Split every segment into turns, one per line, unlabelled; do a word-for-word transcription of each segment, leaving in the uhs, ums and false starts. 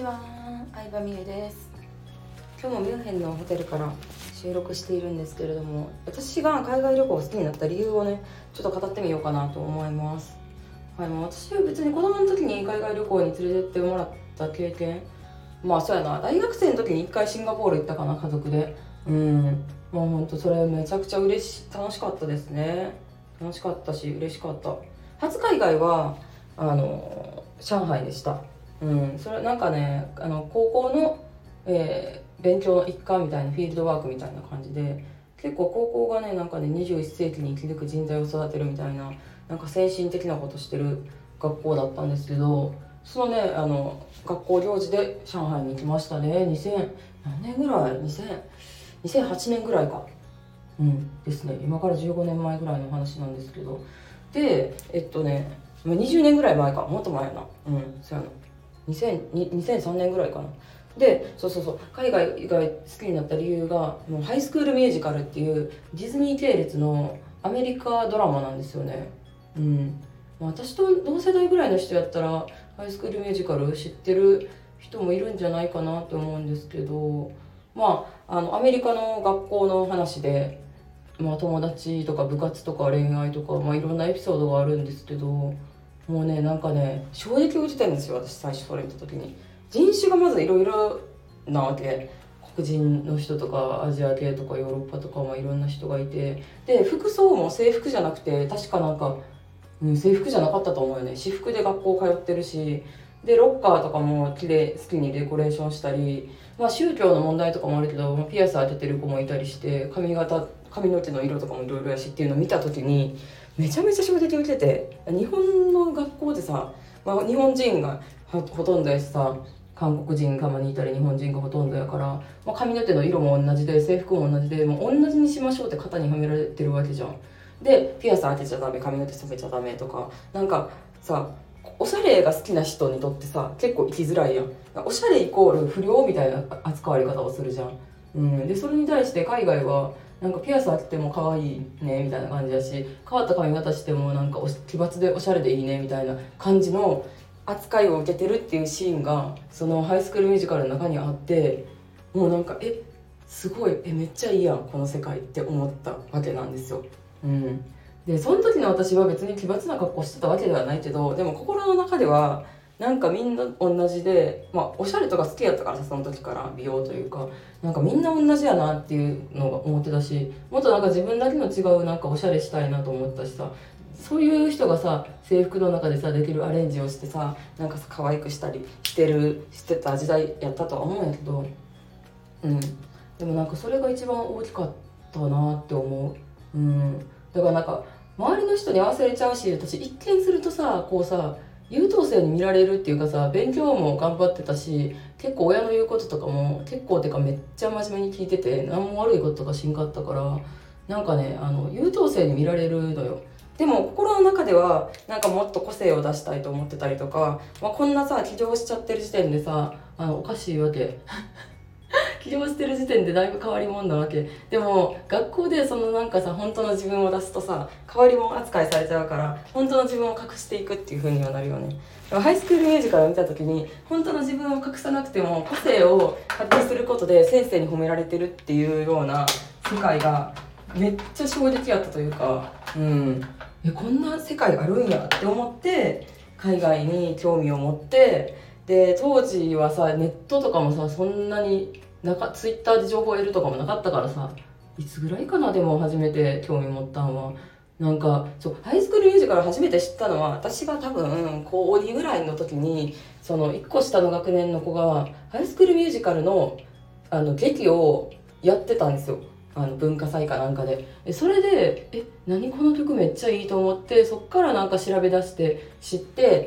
ちは、相葉美優です。今日もミュンヘンのホテルから収録しているんですけれども、私が海外旅行を好きになった理由をね、ちょっと語ってみようかなと思います。はい、もう私は別に子供の時に海外旅行に連れてってもらった経験、まあそうやな、大学生の時に一回シンガポール行ったかな、家族で。うん、もうほんとそれめちゃくちゃ嬉しい、楽しかったですね。楽しかったし嬉しかった。初海外はあの上海でした。うん、それなんかね、あの高校の、えー勉強の一環みたいな、フィールドワークみたいな感じで、結構高校がね、なんかねにじゅういっ世紀に生き抜く人材を育てるみたいな、なんか先進的なことしてる学校だったんですけど、そのね、あの学校行事で上海に行きましたね。にせん何年ぐらい、にせんにせんはちねんぐらいか、うんですね。今からじゅうごねんまえぐらいの話なんですけど、でえっとねにじゅうねんぐらい前か、もっと前やな。うんそうやな、にせんに にせんさんねんぐらいかな。でそうそうそう、海外が好きになった理由が、もうハイスクールミュージカルっていうディズニー系列のアメリカドラマなんですよね。うん、まあ私と同世代ぐらいの人やったらハイスクールミュージカル知ってる人もいるんじゃないかなと思うんですけど、まああのアメリカの学校の話で、まあ、友達とか部活とか恋愛とか、まあ、いろんなエピソードがあるんですけど、もうね、なんかね、衝撃を受けたんですよ、私最初それ見た時に。人種がまずいろいろなわけ。黒人の人とかアジア系とかヨーロッパとか、まあいろんな人がいて、で服装も制服じゃなくて、確かなんか、うん、制服じゃなかったと思うよね。私服で学校通ってるし、でロッカーとかも綺麗好きにデコレーションしたり、まあ宗教の問題とかもあるけど、まあ、ピアス当ててる子もいたりして、髪型髪の毛の色とかもいろいろやしっていうのを見た時に、めちゃめちゃ衝撃を受けて。日本の学校でさ、まあ、日本人がほとんどやしさ、韓国人がまにいたり日本人がほとんどやから、まあ、髪の毛の色も同じで制服も同じで、もう同じにしましょうって型にはめられてるわけじゃん。でピアス当てちゃダメ、髪の毛染めちゃダメとか、なんかさ、おしゃれが好きな人にとってさ、結構生きづらいやん。おしゃれイコール不良みたいな扱われ方をするじゃん。うん、でそれに対して海外はなんかピアス当てても可愛いねみたいな感じだし、変わった髪型してもなんかお奇抜でおしゃれでいいねみたいな感じの扱いを受けてるっていうシーンがそのハイスクールミュージカルの中にあって、もうなんかえすごい、えめっちゃいいやんこの世界って思ったわけなんですよ。うん、でその時の私は別に奇抜な格好してたわけではないけど、でも心の中ではなんかみんな同じで、まあおしゃれとか好きやったからさ、その時から美容というか、なんかみんな同じやなっていうのが思ってたし、もっとなんか自分だけの違うなんかおしゃれしたいなと思ったしさ、そういう人がさ制服の中でさできるアレンジをしてさ、なんかさ可愛くしたりしてるしてた時代やったとは思うんやけど、うんでもなんかそれが一番大きかったなって思う。うんだからなんか周りの人に合わせれちゃうし、私一見するとさ、こうさ優等生に見られるっていうかさ、勉強も頑張ってたし、結構親の言うこととかも結構てかめっちゃ真面目に聞いてて、何も悪いこととかしんかったから、なんかね、あの優等生に見られるのよ。でも心の中ではなんかもっと個性を出したいと思ってたりとか、まあ、こんなさ起業しちゃってる時点でさ、あのおかしいわけ。起業してる時点でだいぶ変わり者なわけ。でも学校でそのなんかさ、本当の自分を出すとさ、変わり者扱いされちゃうから、本当の自分を隠していくっていう風にはなるよね。でもハイスクールミュージカルを見た時に、本当の自分を隠さなくても個性を発揮することで先生に褒められてるっていうような世界がめっちゃ衝撃やったというか、うんえこんな世界あるんやって思って海外に興味を持って、で当時はさネットとかもさそんなになんかツイッターで情報を得るとかもなかったからさ、いつぐらいかな、でも初めて興味持ったんは、なんかそうハイスクールミュージカル初めて知ったのは、私が多分高にぐらいの時に、そのいっこ下の学年の子がハイスクールミュージカルのあの劇をやってたんですよ、あの文化祭かなんかで。えそれでえ何この曲めっちゃいいと思って、そっからなんか調べ出して知って、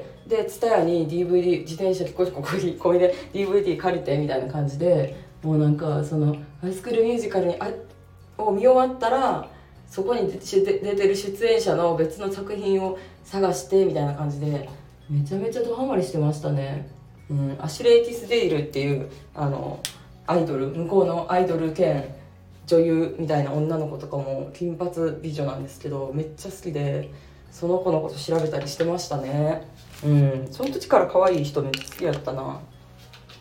で ツタヤ に ディーブイディー 自転車こここいで ディーブイディー 借りてみたいな感じで、もうなんかそのハイスクールミュージカルにあを見終わったら、そこに出てる出演者の別の作品を探してみたいな感じで、めちゃめちゃドハマりしてましたね。うん、アシュレイ・ティスデイルっていうあのアイドル、向こうのアイドル兼女優みたいな女の子とかも金髪美女なんですけど、めっちゃ好きで、その子のこと調べたりしてましたね。うん、その時から可愛い人めっちゃ好きやったな。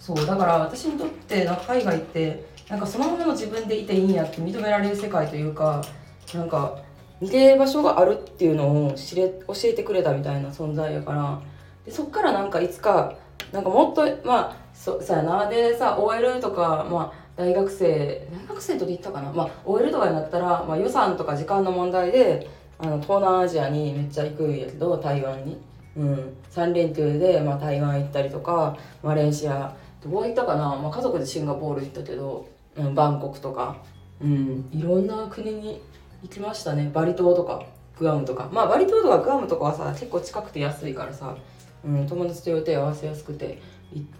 そうだから私にとってなんか海外ってなんかそのままの自分でいていいんやって認められる世界というか、なんか逃げ場所があるっていうのを知れ教えてくれたみたいな存在やから、でそっからなんかいつかなんかもっとまあそさやなでさ オーエル とか、まあ、大学生大学生とで言ったかな、まあ、オーエル とかになったら、まあ、予算とか時間の問題であの東南アジアにめっちゃ行くんやけど、台湾に、うん、さん連休で、まあ、台湾行ったりとかマレーシアどこ行ったかな、まあ、家族でシンガポール行ったけど、うん、バンコクとか、うん、いろんな国に行きましたね。バリ島とかグアムとか、まあバリ島とかグアムとかはさ結構近くて安いからさ、うん、友達と予定合わせやすくて行って、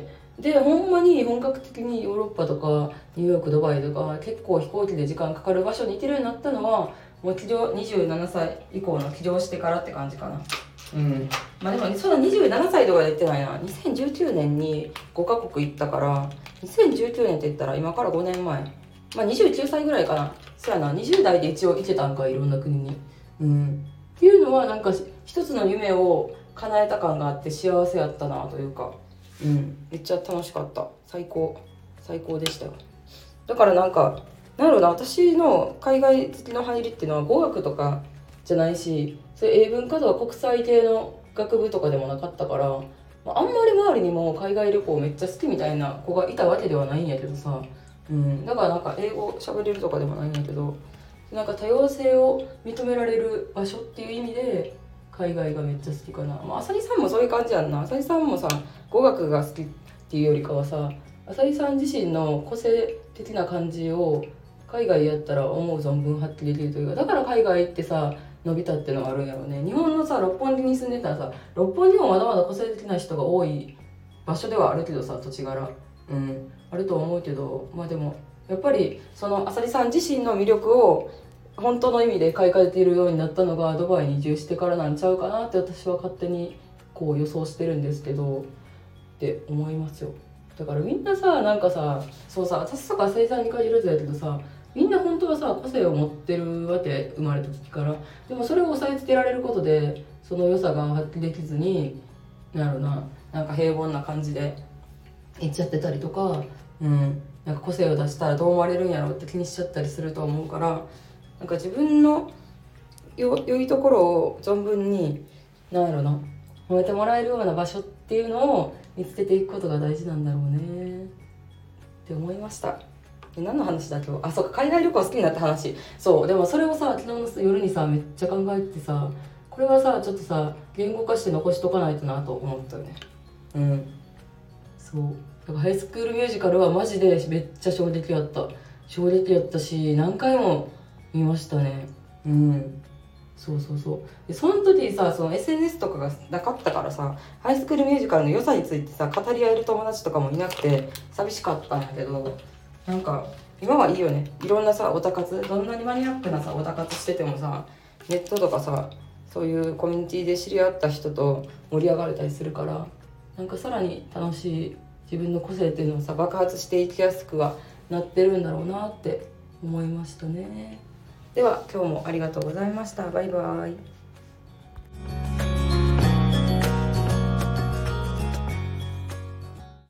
でほんまに本格的にヨーロッパとかニューヨークドバイとか結構飛行機で時間かかる場所に行けるようになったのはもう起業にじゅうななさい以降の起業してからって感じかな。うん、まあでもそんなにじゅうななさいとかで言ってないな。にせんじゅうきゅうねんにごカ国行ったから、にせんじゅうきゅうねんって言ったら今からごねんまえ、まあにじゅうきゅうさいぐらいかな。そやな、にじゅう代で一応行けたんか、いろんな国に。うん、っていうのはなんか一つの夢を叶えた感があって幸せやったなというか、うん、めっちゃ楽しかった。最高最高でしたよ。だからなんかなんやろうな、私の海外好きの入りっていうのは語学とかじゃないし、そういう英文化とか国際系の学部とかでもなかったから、まあ、あんまり周りにも海外旅行めっちゃ好きみたいな子がいたわけではないんやけどさ、うん、だからなんか英語喋れるとかでもないんやけど、なんか多様性を認められる場所っていう意味で海外がめっちゃ好きかな。まあ、あさりさんもそういう感じやんな。あさりさんもさ語学が好きっていうよりかはさ、あさりさん自身の個性的な感じを海外やったら思う存分発揮できるというか、だから海外行ってさ伸びたっていうのがあるんやろうね。日本のさ六本木に住んでたらさ、六本木もまだまだ個性的な人が多い場所ではあるけどさ、土地柄うんあると思うけど、まあでもやっぱりそのあさりさん自身の魅力を本当の意味で開花できるようになったのがドバイに移住してからなんちゃうかなって私は勝手にこう予想してるんですけどって思いますよ。だからみんなさなんかさ、そうさ私とかあさりさんに限らずやけどさ、みんな本当はさ個性を持ってるわけ、生まれた時から。でもそれを押さえつけられることでその良さが発揮できずに、なんやろな、なんか平凡な感じでいっちゃってたりとか、うん、なんか個性を出したらどう思われるんやろうって気にしちゃったりすると思うから、なんか自分のよ良いところを存分に、なんやろな、褒めてもらえるような場所っていうのを見つけていくことが大事なんだろうねって思いました。何の話だ今日、あ、そうか、海外旅行好きになった話。そうでもそれをさ昨日の夜にさめっちゃ考えてさ、これはさちょっとさ言語化して残しとかないとなと思ったよね。うん、そうだからハイスクールミュージカルはマジでめっちゃ衝撃やった衝撃やったし、何回も見ましたね。うん、そうそうそう。でその時にさ、その エスエヌエス とかがなかったからさ、ハイスクールミュージカルの良さについてさ語り合える友達とかもいなくて寂しかったんやけど、なんか今はいいよね。いろんなさオタ活、どんなにマニアックなさオタ活しててもさ、ネットとかさそういうコミュニティで知り合った人と盛り上がれたりするから、なんかさらに楽しい自分の個性っていうのをさ爆発していきやすくはなってるんだろうなって思いましたね。では今日もありがとうございました。バイバイ。